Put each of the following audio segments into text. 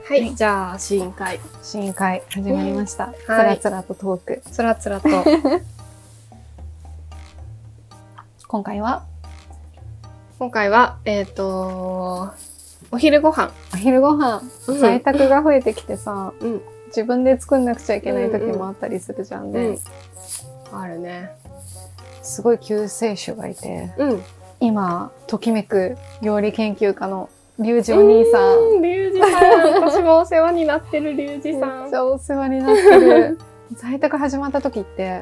はい、じゃあ試飲会始まりました。つはいらつらとトーク。 つらつらと今回はお昼ご飯、 お昼ご飯、在宅が増えてきてさ、 うん自分で作んなくちゃいけない時もあったりするじゃんね。 あるね。 すごい救世主がいて、 うん今ときめく料理研究家のリュウジお兄さん。 リュウジさん、私もお世話になってるリュウジさん。 めっちゃお世話になってる。在宅始まった時って、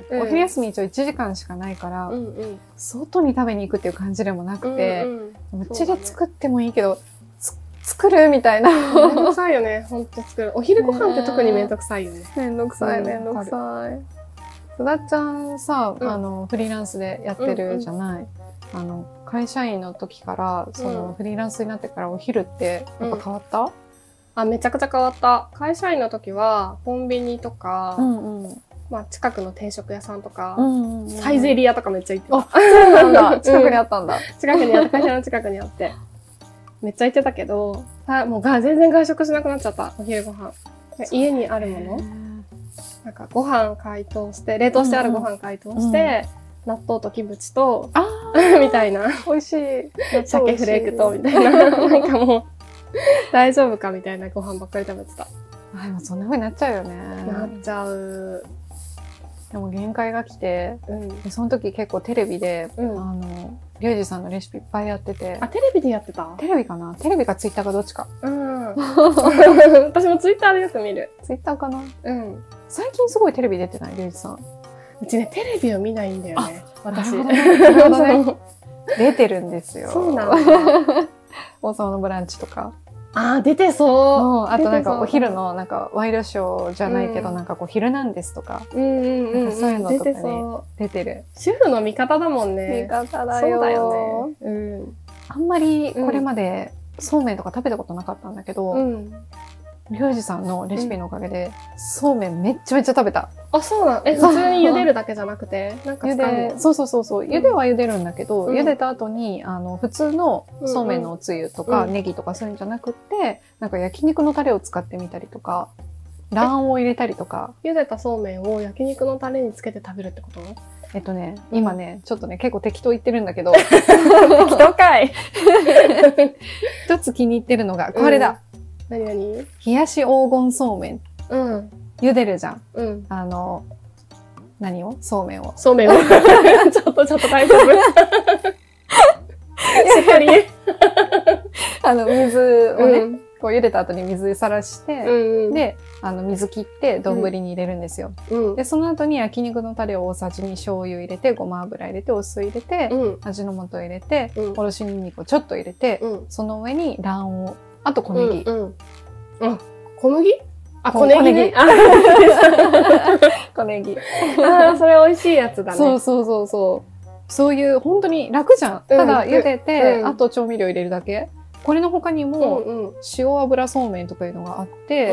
うんお昼休み一応1時間しかないから、外に食べに行くっていう感じでもなくて、うちで作ってもいいけど、作るみたいな。 めんどくさいよね、ほんと作る。お昼ご飯って特にめんどくさいよね。 めんどくさい。すだちゃんさ、フリーランスでやってるじゃない。会社員の時から、フリーランスになってからお昼ってやっぱ変わった？ あ、めちゃくちゃ変わった。会社員の時は、コンビニとか、まあ近くの定食屋さんとか、サイゼリヤとかめっちゃ行ってた。 あ、そうなんだ。近くにあったんだ。 近くにあって、会社の近くにあって。めっちゃ行ってたけど、もう全然外食しなくなっちゃった、お昼ご飯。家にあるものなんかご飯解凍して、冷凍してあるご飯解凍して、納豆とキムチと、みたいな。 美味しい。 鮭フレークと、みたいな。なんかもう、大丈夫かみたいなご飯ばっかり食べてた。 でもそんな風になっちゃうよね。 なっちゃう。 でも限界が来て、その時結構テレビで、リュウジさんのレシピいっぱいやってて。 あ、テレビでやってた？ テレビかな？テレビかツイッターかどっちか。 私もツイッターでよく見る。 ツイッターかな？最近すごいテレビ出てないリュウジさん。 うちね、テレビを見ないんだよね。私。 出てるんですよ。 そうなんだ。 王様のブランチとか。 あ、出てそう。 あとなんかお昼のなんかワイドショーじゃないけど、なんかこう昼なんですとか。そういうのとかね。出てる。 主婦の味方だもんね。 味方だよ。 そうだよね。 あんまりこれまでそうめんとか食べたことなかったんだけど、リュウジさんのレシピのおかげで、そうめんめっちゃ食べた。 あ、そうなん？普通に茹でるだけじゃなくて、なんかそう。茹では茹でるんだけど、茹でた後に、普通のそうめんのおつゆとか、ネギとかそういうんじゃなくって、なんか焼肉のタレを使ってみたりとか、卵黄を入れたりとか。 茹でたそうめんを焼肉のタレにつけて食べるってこと？ 今ね、ちょっとね、結構適当言ってるんだけど。 適当かい。 一つ気に入ってるのが、これだ。 何？ 冷やし黄金そうめん。茹でるじゃん。何を？そうめんを。 そうめんを。ちょっと大丈夫。しっかり。 水をね、こう茹でた後に水さらして、で、水切って丼に入れるんですよ。で、その後に焼肉のタレを大さじに醤油入れて、ごま油入れて、お酢入れて、味の素入れて、おろしにんにくをちょっと入れて、その上に卵黄、あと小ネギ。 小麦？あ、小ネギね。 小ネギ。 それ美味しいやつだね。 そう。そういう、本当に楽じゃん。ただ茹でて、あと調味料入れるだけ。これの他にも、塩油そうめんとかいうのがあって、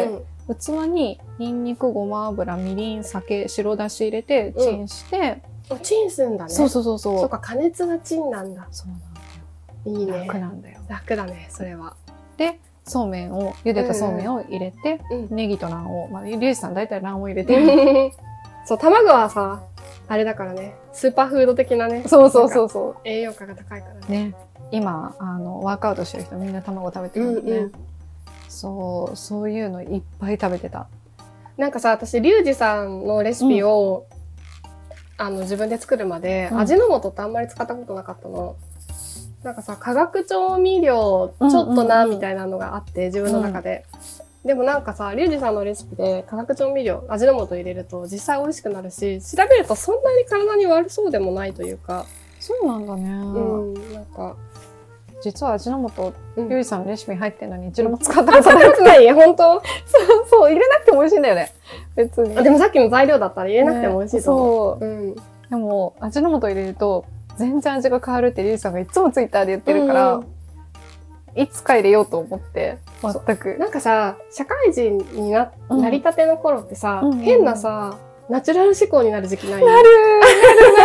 器にニンニク、ごま油、みりん、酒、白だし入れて、チンして、 チンすんだね。 そう。 そうか、加熱がチンなんだ。 そうなんだよ。 いいね。 楽なんだよ。 楽だね、それは。 で、そうめんを、茹でたそうめんを入れて、ネギと卵黄。リュウジさん大体卵黄入れてる。 そう、卵はさ、あれだからね、スーパーフード的なね。 そう。 栄養価が高いからね。 今、ワークアウトしてる人みんな卵食べてるんでね。そういうのいっぱい食べてた。 なんかさ、私、リュウジさんのレシピを、自分で作るまで、味の素ってあんまり使ったことなかったの。なんかさ、化学調味料、ちょっとな、みたいなのがあって、自分の中で。でもなんかさ、リュウジさんのレシピで化学調味料、味の素入れると実際美味しくなるし、調べるとそんなに体に悪そうでもないというか。 そうなんだね。 なんか。 実は味の素、リュウジさんのレシピに入ってるのに一度も使ったことない。 本当？ そう、入れなくても美味しいんだよね。別に。 でもさっきの材料だったら入れなくても美味しいと思う。 そう。でも、味の素入れると、全然味が変わるってリュウジさんがいつもツイッターで言ってるから、いつか入れようと思って、全く。なんかさ、社会人になりたての頃ってさ、変なさ、ナチュラル思考になる時期ない？ なる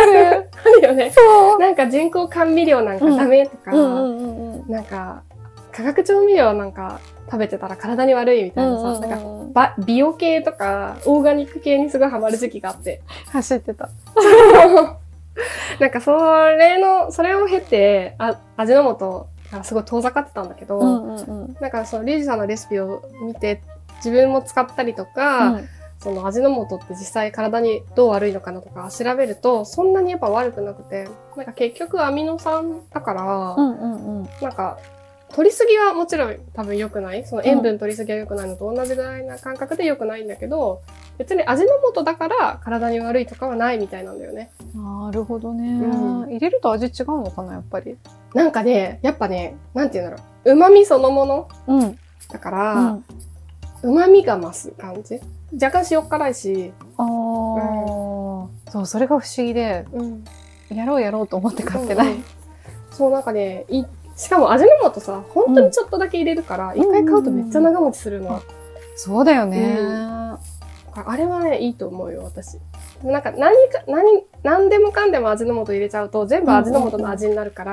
あるよね。そう。なんか人工甘味料なんかダメとか、なんか、 化学調味料なんか食べてたら体に悪いみたいなさ、なんか美容系とかオーガニック系にすごいハマる時期があって。 走ってた。 なんかそれを経て、味の素がすごい遠ざかってたんだけど、なんかそのリュウジさんのレシピを見て、自分も使ったりとか、その味の素って実際体にどう悪いのかなとか調べると、そんなにやっぱ悪くなくて、なんか結局アミノ酸だから、なんか取りすぎはもちろん多分良くない。その塩分取りすぎは良くないのと同じぐらいな感覚で良くないんだけど、別に味の素だから体に悪いとかはないみたいなんだよね。 なるほどね。入れると味違うのかな、やっぱり。 なんかね、やっぱね、なんていうんだろう。旨味そのもの。だから、旨味が増す感じ。若干塩辛いし。 そう、それが不思議で、やろうと思って買ってない。 そう、なんかね、しかも味の素さ、本当にちょっとだけ入れるから、一回買うとめっちゃ長持ちするの。 そうだよね。 あれはね、いいと思うよ、私。なんか何でもかんでも味の素入れちゃうと、全部味の素の味になるから、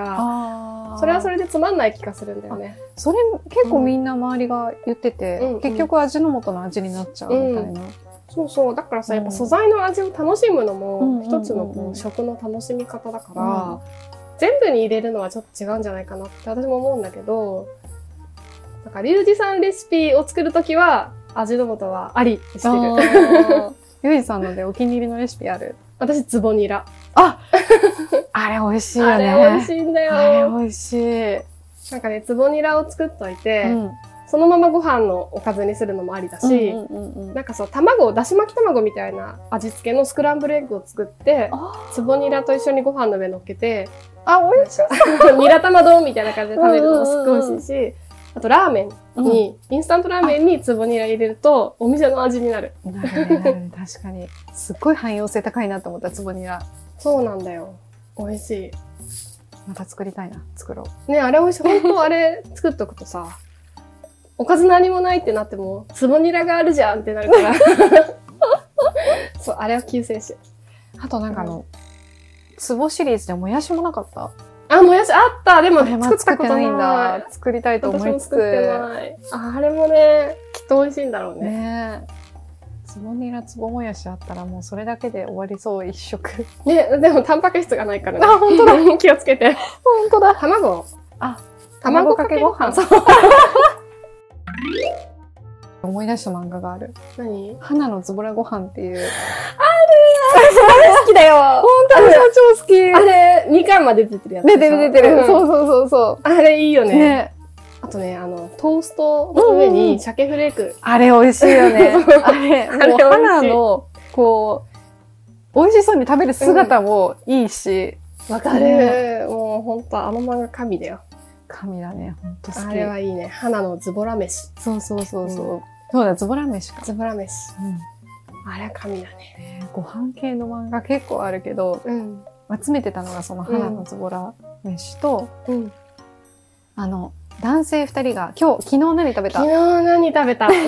それはそれでつまんない気がするんだよね。 それ結構みんな周りが言ってて、結局味の素の味になっちゃうみたいな。 そうそう。だからさ、やっぱ素材の味を楽しむのも、一つの食の楽しみ方だから、全部に入れるのはちょっと違うんじゃないかなって私も思うんだけど、なんかリュウジさんレシピを作るときは、味の素はありってしてる。 ゆいさんのでお気に入りのレシピある？ 私、つぼニラ。 あれ美味しいよね。 あれ美味しいんだよ。 あれ美味しい。 なんかね、つぼニラを作っといて、そのままご飯のおかずにするのもありだし、なんかそう、だし巻き卵みたいな味付けのスクランブルエッグを作って、つぼニラと一緒にご飯の上乗っけて、 美味しそう。 ニラ玉丼みたいな感じで食べるのもすっごい美味しいし、あとラーメンに、インスタントラーメンにつぼニラ入れると、お店の味になる。 なるね。確かに。すっごい汎用性高いなと思ったつぼニラ。 そうなんだよ。美味しい。 また作りたいな。作ろう。ね、あれ美味しい。本当あれ作っとくとさ、おかず何もないってなっても、つぼニラがあるじゃんってなるから。そう、あれは救世主。 あとなんかつぼシリーズでもやしもなかった？ もやしあった。でも作ったことないんだ。作りたいと思いつつ。 私も作ってない。あれもね、きっと美味しいんだろうね。 つぼニラ、つぼもやしあったらもうそれだけで終わりそう、一食。 ね、でもタンパク質がないからね。 本当だ。 気をつけて。 本当だ。 卵かけご飯。そう。 思い出した漫画がある。 何？ 花のズボラご飯っていう。 大好きだよ。 本当に超好き。 あれ、2巻まで出てるやつ。 出てる。そう。 あれいいよね。あとね、トーストの上に鮭フレーク。 あれ美味しいよね。あれ、もう花の、美味しそうに食べる姿もいいし。 わかる。もうほんとあの漫画神だよ。 神だね。ほんと好き。 あれはいいね。花のズボラ飯。 そう。そうだ、ズボラ飯か。 ズボラ飯。あれは神だね。 ご飯系の漫画結構あるけど、集めてたのがその花のズボラ飯と、男性2人が昨日何食べた？ 昨日何食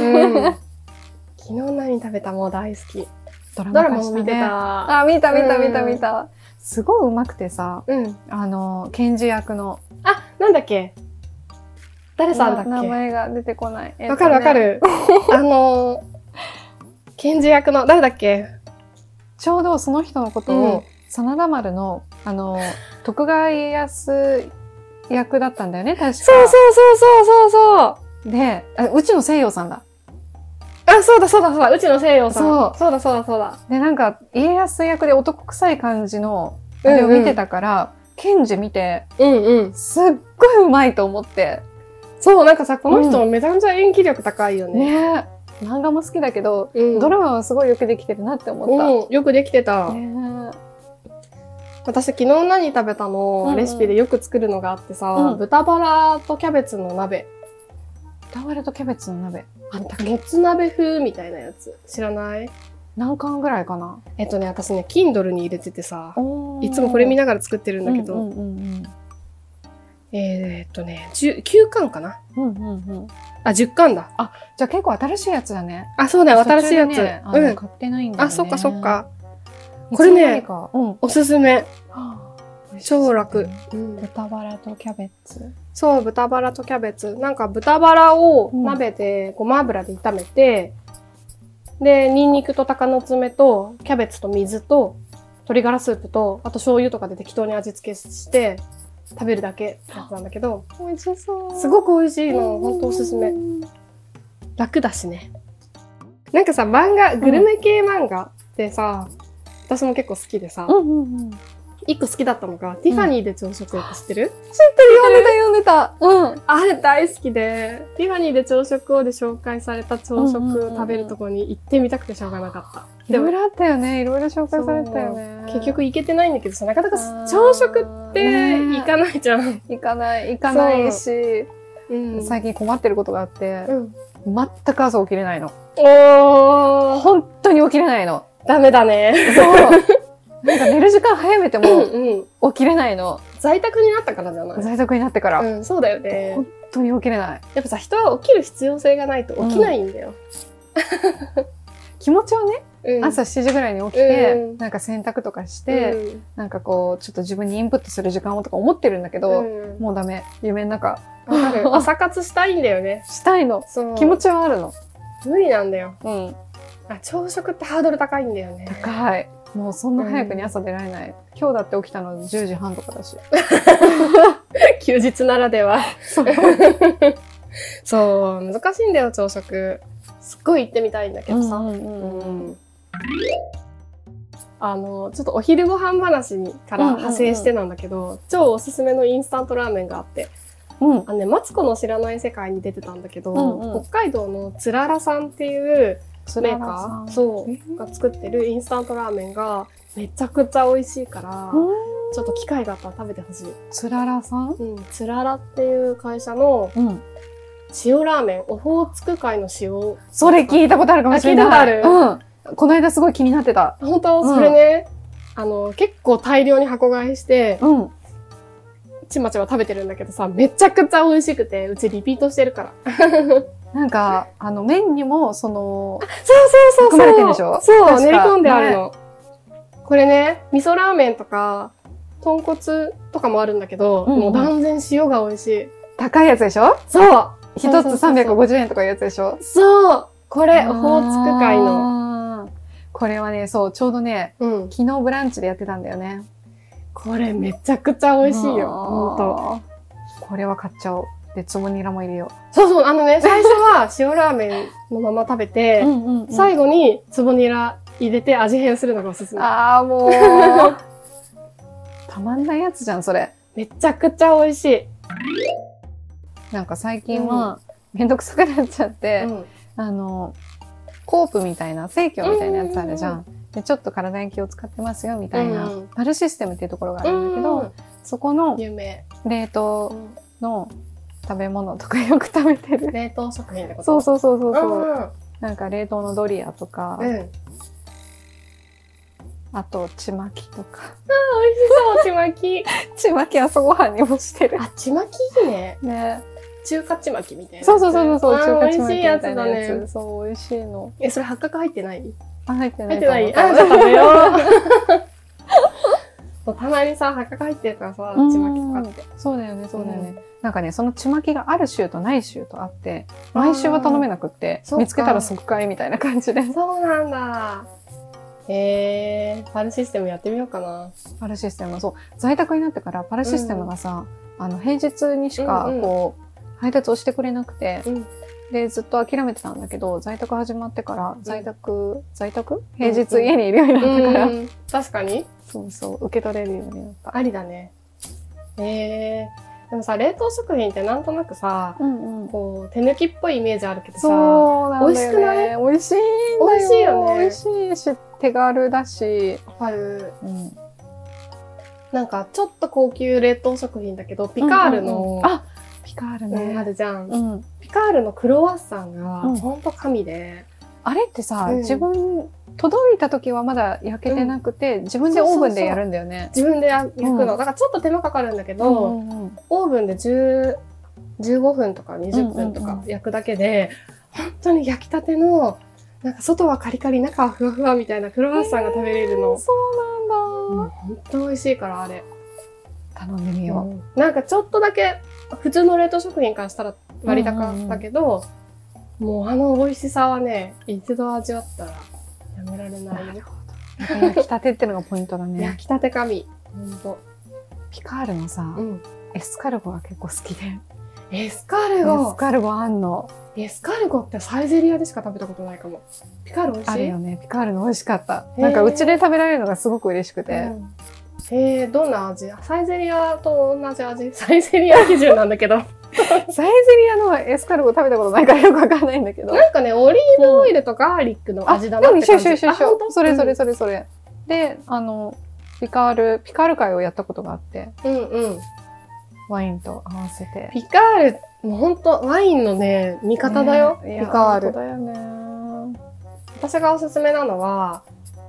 べたもう大好き。 ドラマも見てた。見た。すごいうまくてさ、検事役の。 なんだっけ？誰さんだっけ？ 名前が出てこない。 わかる。検事役の、誰だっけ？ ちょうどその人のことを、真田丸の、徳川家康役だったんだよね、確か。 そう。 で、内野聖陽さんだ。 そうだ。内野聖陽さん。そうだ。 で、なんか、家康役で男臭い感じの、あれを見てたから、検事見て、すっごいうまいと思って。 そう、なんかさ、この人めちゃめちゃ演技力高いよね。 ね。漫画も好きだけど、ドラマはすごいよくできてるなって思った。 よくできてた。私昨日何食べたのレシピでよく作るのがあってさ、豚バラとキャベツの鍋。 豚バラとキャベツの鍋。 もつ鍋風みたいなやつ。知らない？ 何巻ぐらいかな？ 私ね、Kindle に入れててさ、いつもこれ見ながら作ってるんだけど、9巻かな？10巻だ。 じゃあ結構新しいやつだね。 そうだよ、新しいやつ。 買ってないんだよね。 そっか。これね、おすすめ。 超楽。 豚バラとキャベツ。 そう、豚バラとキャベツ。なんか豚バラを鍋でごま油で炒めて、で、ニンニクと鷹の爪とキャベツと水と鶏ガラスープと、あと醤油とかで適当に味付けして食べるだけってやつなんだけど、 美味しそう。 すごく美味しいの。ほんとおすすめ。楽だしね。なんかさ、グルメ系漫画ってさ、私も結構好きでさ、一個好きだったのが、ティファニーで朝食って知ってる？ 知ってる、読んでた。 あれ大好きで、ティファニーで朝食をで紹介された朝食食べるとこに行ってみたくてしょうがなかった。 いろいろあったよね。いろいろ紹介されたよね。 結局行けてないんだけどさ、なかなか朝食って行かないじゃん。 行かないし、最近困ってることがあって、全く朝起きれないの。本当に起きれないの。 ダメだね。 そう。なんか寝る時間早めても起きれないの。 在宅になったからじゃない？ 在宅になってから。 そうだよね。 本当に起きれない。 やっぱさ、人は起きる必要性がないと起きないんだよ。 気持ちをね、朝7時ぐらいに起きて、なんか洗濯とかして、なんかこう、ちょっと自分にインプットする時間をとか思ってるんだけど、もうダメ。夢の中。 わかる。朝活したいんだよね。 したいの。気持ちはあるの。 無理なんだよ。朝食ってハードル高いんだよね。 高い。もうそんな早くに朝出られない。今日だって起きたの10時半とかだし。 休日ならでは。そう、難しいんだよ、朝食。すっごい行ってみたいんだけどさ。ちょっとお昼ご飯話から派生してなんだけど、超おすすめのインスタントラーメンがあって、マツコの知らない世界に出てたんだけど、北海道のつららさんっていうメーカーが作ってるインスタントラーメンがめちゃくちゃ美味しいから、ちょっと機会があったら食べてほしい。 つららさん？ つららっていう会社の塩ラーメン、オホーツク海の塩。 それ聞いたことあるかもしれない。 聞いたことある？この間すごい気になってた。 本当それね、結構大量に箱買いして、ちまちま食べてるんだけどさ、めちゃくちゃ美味しくて、うちリピートしてるから。 なんか、麺にも、 そう含まれてるでしょ？ そう、練り込んであるの。これね、味噌ラーメンとか、豚骨とかもあるんだけど、もう断然塩が美味しい。 高いやつでしょ？ そう。 一つ350円とかいうやつでしょ？ そう。これ、オホーツク海の。 これはね、そう、ちょうどね、昨日ブランチでやってたんだよね。 これめちゃくちゃ美味しいよ。ほんと。 これは買っちゃおう。で、つぼニラも入れよう。そうそう、最初は塩ラーメンのまま食べて、最後につぼニラ入れて味変するのがおすすめ。 もう。たまんないやつじゃん、それ。 めちゃくちゃ美味しい。 なんか最近は、めんどくさくなっちゃって、コープみたいな、生協みたいなやつあるじゃん。で、ちょっと体に気を使ってますよ、みたいな、パルシステムっていうところがあるんだけど、そこの、冷凍の食べ物とかよく食べてる。 冷凍食品ってこと？ そう。なんか冷凍のドリアとか、あと、ちまきとか。 美味しそう、ちまき。 ちまき朝ごはんにもしてる。 ちまきいいね。 ね。 中華ちまきみたいな。 そう、中華ちまきみたいなやつ。 美味しいやつだね。 そう、美味しいの。 それ八角入ってない？ 入ってない。 じゃあ食べよう。たまにさ、八角入ってるからさ、ちまきとかって。 そうだよね。なんかね、そのちまきがある州とない州とあって、毎週は頼めなくって、見つけたら即買いみたいな感じで。 そうなんだ。パルシステムやってみようかな。 パルシステム、そう。在宅になってからパルシステムがさ、平日にしか、配達をしてくれなくて、で、ずっと諦めてたんだけど、在宅始まってから、在宅平日家にいるようになったから。 確かに。 そう、受け取れるようになった。 ありだね。でもさ、冷凍食品ってなんとなくさ、こう、手抜きっぽいイメージあるけどさ、美味しくない？ 美味しいんだよ。 美味しいよね。 美味しいし、手軽だし。 わかる。なんか、ちょっと高級冷凍食品だけど、ピカールの、 ピカールね。 あるじゃん。ピカールのクロワッサンが、ほんと神で。 あれってさ、自分、届いた時はまだ焼けてなくて、自分でオーブンでやるんだよね。 自分で焼くの。だからちょっと手間かかるんだけど、オーブンで15分とか20分とか焼くだけで、本当に焼きたての、なんか外はカリカリ、中はふわふわみたいなクロワッサンが食べれるの。 そうなんだ。 本当美味しいから、あれ。 頼んでみよう。なんかちょっとだけ、普通の冷凍食品からしたら割高だけど、もう美味しさはね、一度味わったらやめられない。 なるほど。焼きたてってのがポイントだね。 焼きたて神。ほんと。 ピカールのさ、エスカルゴが結構好きで。 エスカルゴあんの。 エスカルゴってサイゼリヤでしか食べたことないかも。ピカール美味しい？ あるよね。ピカールの美味しかった。なんかうちで食べられるのがすごく嬉しくて。 どんな味？サイゼリヤと同じ味？サイゼリヤ基準なんだけど。 サイゼリヤのエスカルゴ食べたことないからよくわかんないんだけど。 なんかね、オリーブオイルとガーリックの味だなって感じ。 一緒。それ。で、ピカール会をやったことがあって。ワインと合わせて。 ピカール、もうほんと、ワインのね、味方だよ、ピカール。 だよね。 私がおすすめなのは、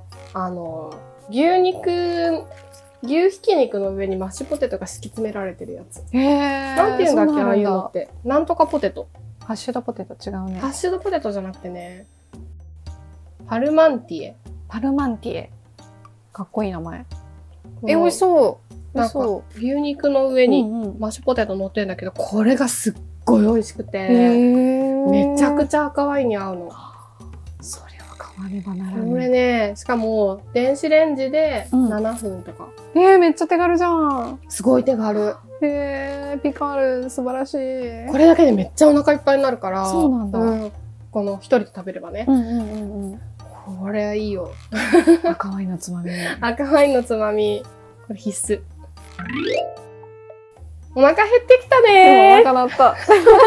牛ひき肉の上にマッシュポテトが敷き詰められてるやつ。なんて言うんだっけ、ああいうのって。なんとかポテト。 ハッシュドポテト違うね。 ハッシュドポテトじゃなくてね、パルマンティエ。かっこいい名前。美味しそう。 なんか、牛肉の上にマッシュポテト乗ってるんだけど、これがすっごい美味しくて、めちゃくちゃ赤ワインに合うの。 それは買わねばならない。 これね、しかも、電子レンジで7分とか。 めっちゃ手軽じゃん。 すごい手軽。 ピカール素晴らしい。 これだけでめっちゃお腹いっぱいになるから。 そうなんだ。 この一人で食べればね。これはいいよ。 赤ワインのつまみ。 赤ワインのつまみ。これ必須。お腹減ってきたねー。お腹鳴った。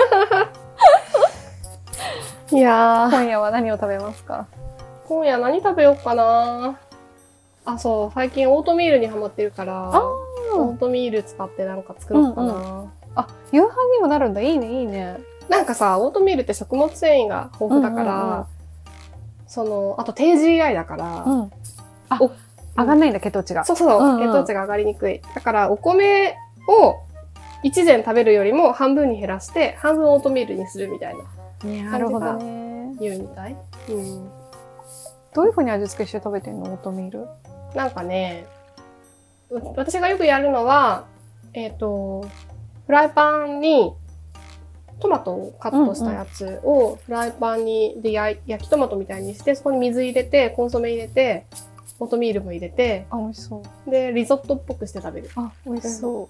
いやー。 今夜は何を食べますか？ 今夜何食べようかな。そう、最近オートミールにハマってるから、オートミール使ってなんか作ろうかな。 夕飯にもなるんだ。いいね、いいね。 なんかさ、オートミールって食物繊維が豊富だから、あと低 GI だから、 上がんないんだ、血糖値が。 そう、血糖値が上がりにくい。だから、お米を一膳食べるよりも半分に減らして、半分オートミールにするみたいな。 なるほどね。 言うみたい。 どういう風に味付けして食べてんの？オートミール。 なんかね、私がよくやるのは、フライパンにトマトをカットしたやつをフライパンで焼きトマトみたいにして、そこに水入れて、コンソメ入れて、オートミールも入れて、 美味しそう。 で、リゾットっぽくして食べる。 美味しそう。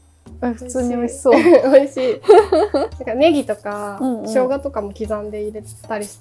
普通に美味しそう。 美味しい。なんかネギとか、生姜とかも刻んで入れたりして、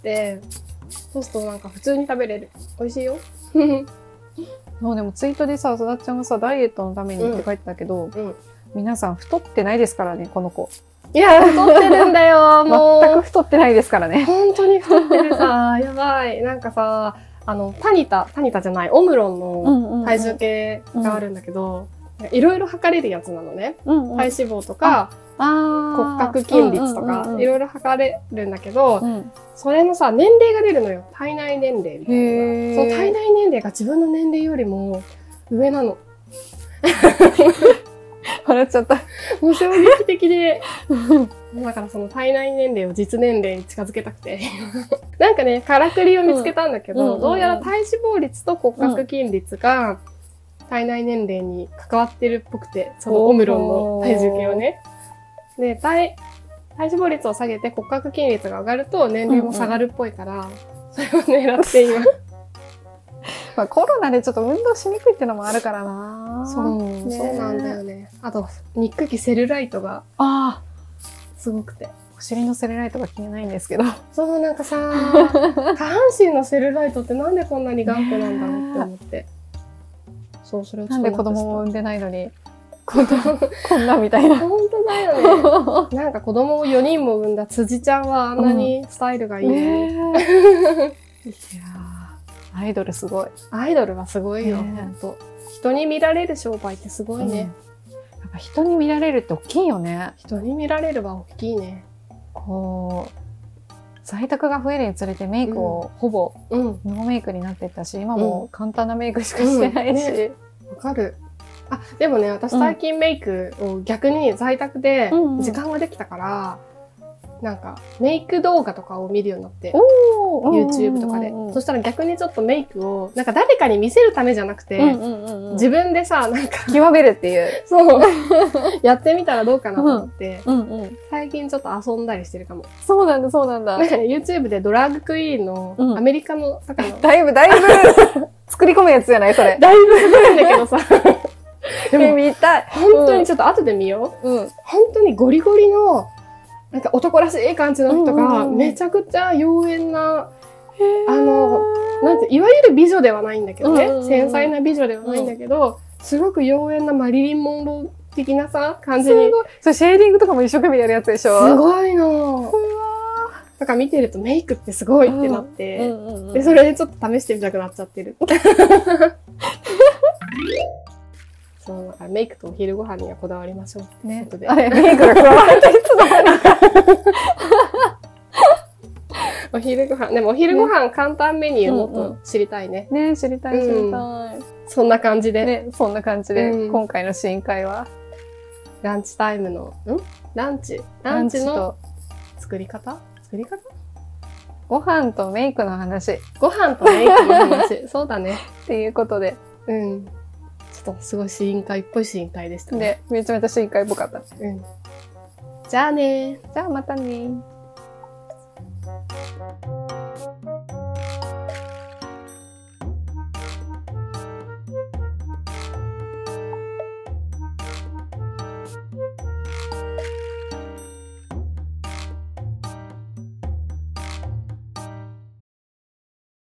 そうするとなんか普通に食べれる。美味しいよ。 もうでもツイートでさ、すだっちゃんがさ、ダイエットのためにって書いてたけど、皆さん太ってないですからね、この子。 いや、太ってるんだよ、もう。 全く太ってないですからね。 本当に太ってるさ、やばい。なんかさ、タニタじゃない、オムロンの体重計があるんだけど、いろいろ測れるやつなのね。体脂肪とか、骨格筋率とか、いろいろ測れるんだけど、それのさ、年齢が出るのよ。体内年齢みたいな。そう、体内年齢が自分の年齢よりも上なの。 笑っちゃった。 もう衝撃的で。だからその体内年齢を実年齢に近づけたくて。なんかね、からくりを見つけたんだけど、どうやら体脂肪率と骨格筋率が体内年齢に関わってるっぽくて、そのオムロンの体重計をね。で、体脂肪率を下げて骨格筋率が上がると年齢も下がるっぽいから、それを狙って今。 まあコロナでちょっと運動しにくいってのもあるからな。 そうなんだよね。あと、憎きセルライトが、すごくて。 お尻のセルライトが気にないんですけど。 そう、なんかさ、下半身のセルライトってなんでこんなに頑固なんだろうって思って。そう、それをなんで子供を産んでないのに、こんなみたいな。 本当だよね。なんか子供を4人も産んだ辻ちゃんはあんなにスタイルがいいのに。いやアイドルすごい。 アイドルはすごいよ、ほんと。人に見られる商売ってすごいね。 やっぱ人に見られるって大きいよね。 人に見られるは大きいね。 在宅が増えるにつれてメイクをほぼノーメイクになってったし、今も簡単なメイクしかしてないし。 わかる。でもね、私最近メイクを逆に在宅で時間ができたから、 なんかメイク動画とかを見るようになって、YouTube とかで。そしたら逆にちょっとメイクを、なんか誰かに見せるためじゃなくて、自分でさ、なんか極めるっていう。 そう。やってみたらどうかなと思って、最近ちょっと遊んだりしてるかも。 そうなんだ、そうなんだ。 YouTube でドラッグクイーンのアメリカの、 だいぶ作り込むやつじゃないそれ。 だいぶすごいんだけどさ。 でも見たい。 本当にちょっと後で見よう。本当にゴリゴリの、なんか男らしい感じの人が、めちゃくちゃ妖艶な、なんて、いわゆる美女ではないんだけどね。繊細な美女ではないんだけど、すごく妖艶なマリリン・モンロー的なさ、感じに。 そう、シェーディングとかも一生懸命やるやつでしょ？ すごいの。だから見てるとメイクってすごいってなって、で、それでちょっと試してみたくなっちゃってる。そう、だからメイクとお昼ご飯にはこだわりましょう。ね。 あれ、メイクが加わっていつの間にか。 お昼ご飯、でもお昼ご飯簡単メニューもっと知りたいね。 ね、知りたい、知りたい。 そんな感じで。 ね、そんな感じで、今回の試飲会は。 ランチタイムの、ランチの作り方ご飯とメイクの話。 ご飯とメイクの話。そうだね。 っていうことで。 ちょっとすごい試飲会っぽい試飲会でしたね。 めちゃめちゃ試飲会っぽかった。 じゃあね。 じゃあまたね。